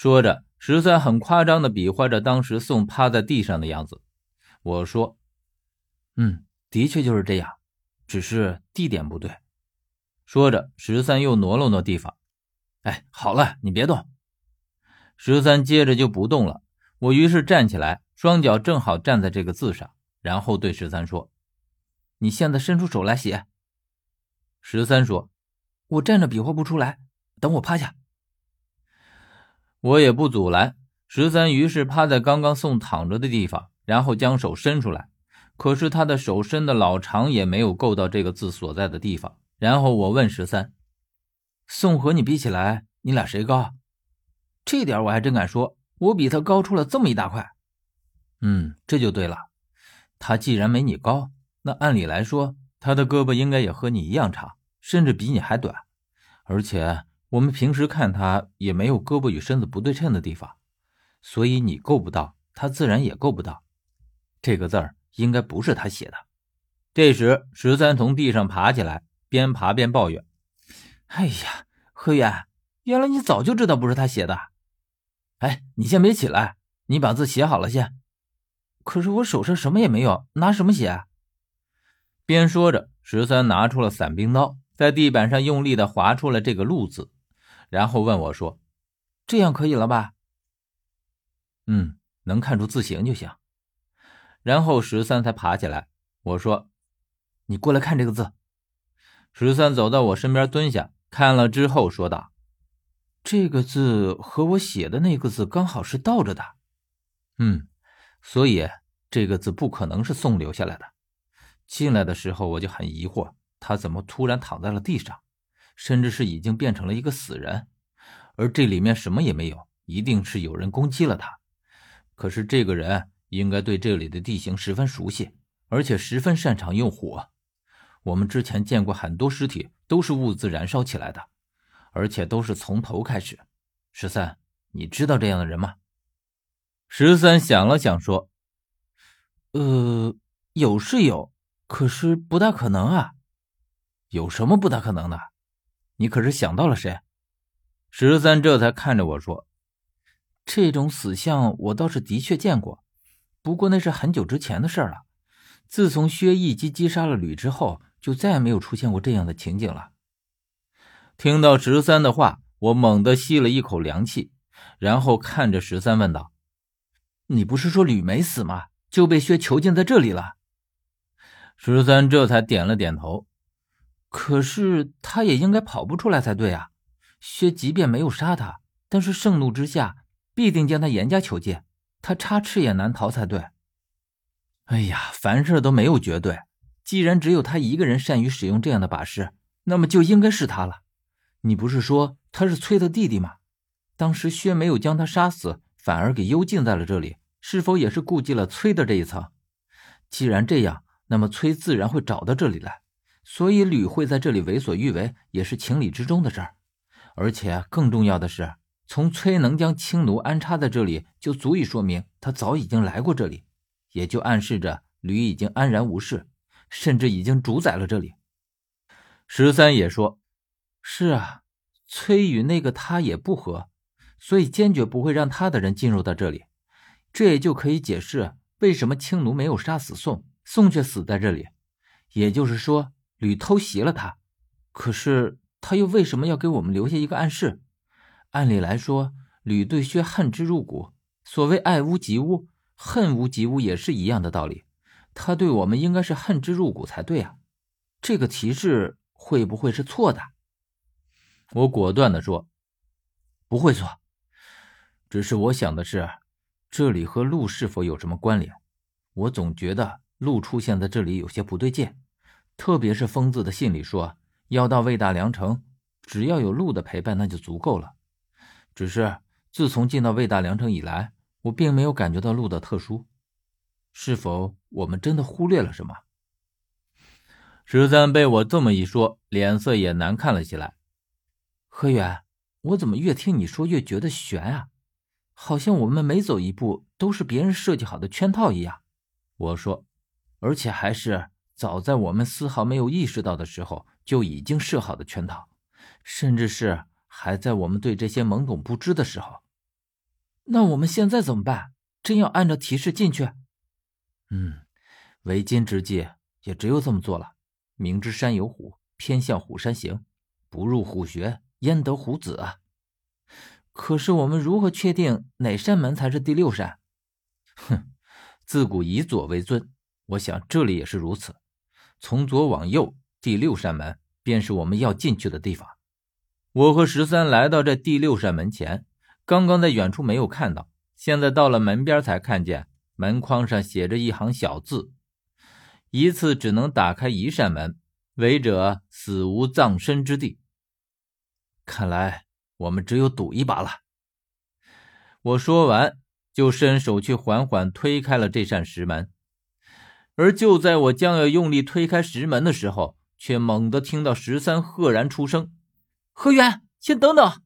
说着13很夸张地比划着当时宋趴在地上的样子。我说的确就是这样，只是地点不对。说着13又挪了挪地方。好了，你别动。13接着就不动了。我于是站起来，双脚正好站在这个字上，然后对13说，你现在伸出手来写。13说，我站着比划不出来，等我趴下。我也不阻拦，13于是趴在刚刚宋躺着的地方，然后将手伸出来，可是他的手伸的老长也没有够到这个字所在的地方。然后我问13，宋和你比起来，你俩谁高？这点我还真敢说，我比他高出了这么一大块。这就对了，他既然没你高，那按理来说他的胳膊应该也和你一样长，甚至比你还短，而且我们平时看他也没有胳膊与身子不对称的地方，所以你够不到，他自然也够不到。这个字儿应该不是他写的。这时13从地上爬起来，边爬边抱怨，哎呀，何远，原来你早就知道不是他写的。你先别起来，你把字写好了先。可是我手上什么也没有，拿什么写？边说着13拿出了伞兵刀，在地板上用力地划出了这个路字，然后问我说，这样可以了吧？能看出字形就行。然后13才爬起来。我说，你过来看这个字。13走到我身边蹲下，看了之后说道，这个字和我写的那个字刚好是倒着的。所以这个字不可能是宋留下来的。进来的时候我就很疑惑，他怎么突然躺在了地上，甚至是已经变成了一个死人，而这里面什么也没有，一定是有人攻击了他。可是这个人应该对这里的地形十分熟悉，而且十分擅长用火。我们之前见过很多尸体都是物质燃烧起来的，而且都是从头开始。13，你知道这样的人吗？13想了想说，有是有，可是不大可能啊。有什么不大可能的？你可是想到了谁？13这才看着我说，这种死相我倒是的确见过，不过那是很久之前的事了。自从薛义基击杀了吕之后，就再也没有出现过这样的情景了。听到13的话，我猛地吸了一口凉气，然后看着13问道，你不是说吕没死吗？就被薛囚禁在这里了。13这才点了点头，可是他也应该跑不出来才对啊。薛即便没有杀他，但是盛怒之下必定将他严加囚禁，他插翅也难逃才对。凡事都没有绝对，既然只有他一个人善于使用这样的把式，那么就应该是他了。你不是说他是崔的弟弟吗？当时薛没有将他杀死，反而给幽禁在了这里，是否也是顾忌了崔的这一层？既然这样，那么崔自然会找到这里来，所以吕会在这里为所欲为，也是情理之中的事儿。而且更重要的是，从崔能将青奴安插在这里，就足以说明他早已经来过这里，也就暗示着吕已经安然无事，甚至已经主宰了这里。13也说，是啊，崔与那个他也不和，所以坚决不会让他的人进入到这里。这也就可以解释为什么青奴没有杀死宋，宋却死在这里。也就是说，吕偷袭了他，可是他又为什么要给我们留下一个暗示？按理来说，吕对薛恨之入骨，所谓爱屋及乌，恨屋及乌也是一样的道理。他对我们应该是恨之入骨才对啊。这个提示会不会是错的？我果断地说，不会错，只是我想的是，这里和陆是否有什么关联？我总觉得陆出现在这里有些不对劲，特别是疯子的信里说，要到魏大梁城，只要有陆的陪伴那就足够了。只是自从进到魏大梁城以来，我并没有感觉到陆的特殊，是否我们真的忽略了什么？13被我这么一说，脸色也难看了起来。何远，我怎么越听你说越觉得悬啊？好像我们每走一步都是别人设计好的圈套一样。我说，而且还是早在我们丝毫没有意识到的时候就已经设好的圈套，甚至是还在我们对这些懵懂不知的时候。 那我们现在怎么办？真要按照提示进去？为今之计也只有这么做了。明知山有虎，偏向虎山行，不入虎穴，焉得虎子啊！可是我们如何确定哪扇门才是第6扇？自古以左为尊，我想这里也是如此。从左往右，第6扇门便是我们要进去的地方。我和13来到这第6扇门前，刚刚在远处没有看到，现在到了门边才看见门框上写着一行小字：一次只能打开1扇门，违者死无葬身之地。看来我们只有赌一把了。我说完就伸手去缓缓推开了这扇石门，而就在我将要用力推开石门的时候，却猛地听到13赫然出声：何源，先等等！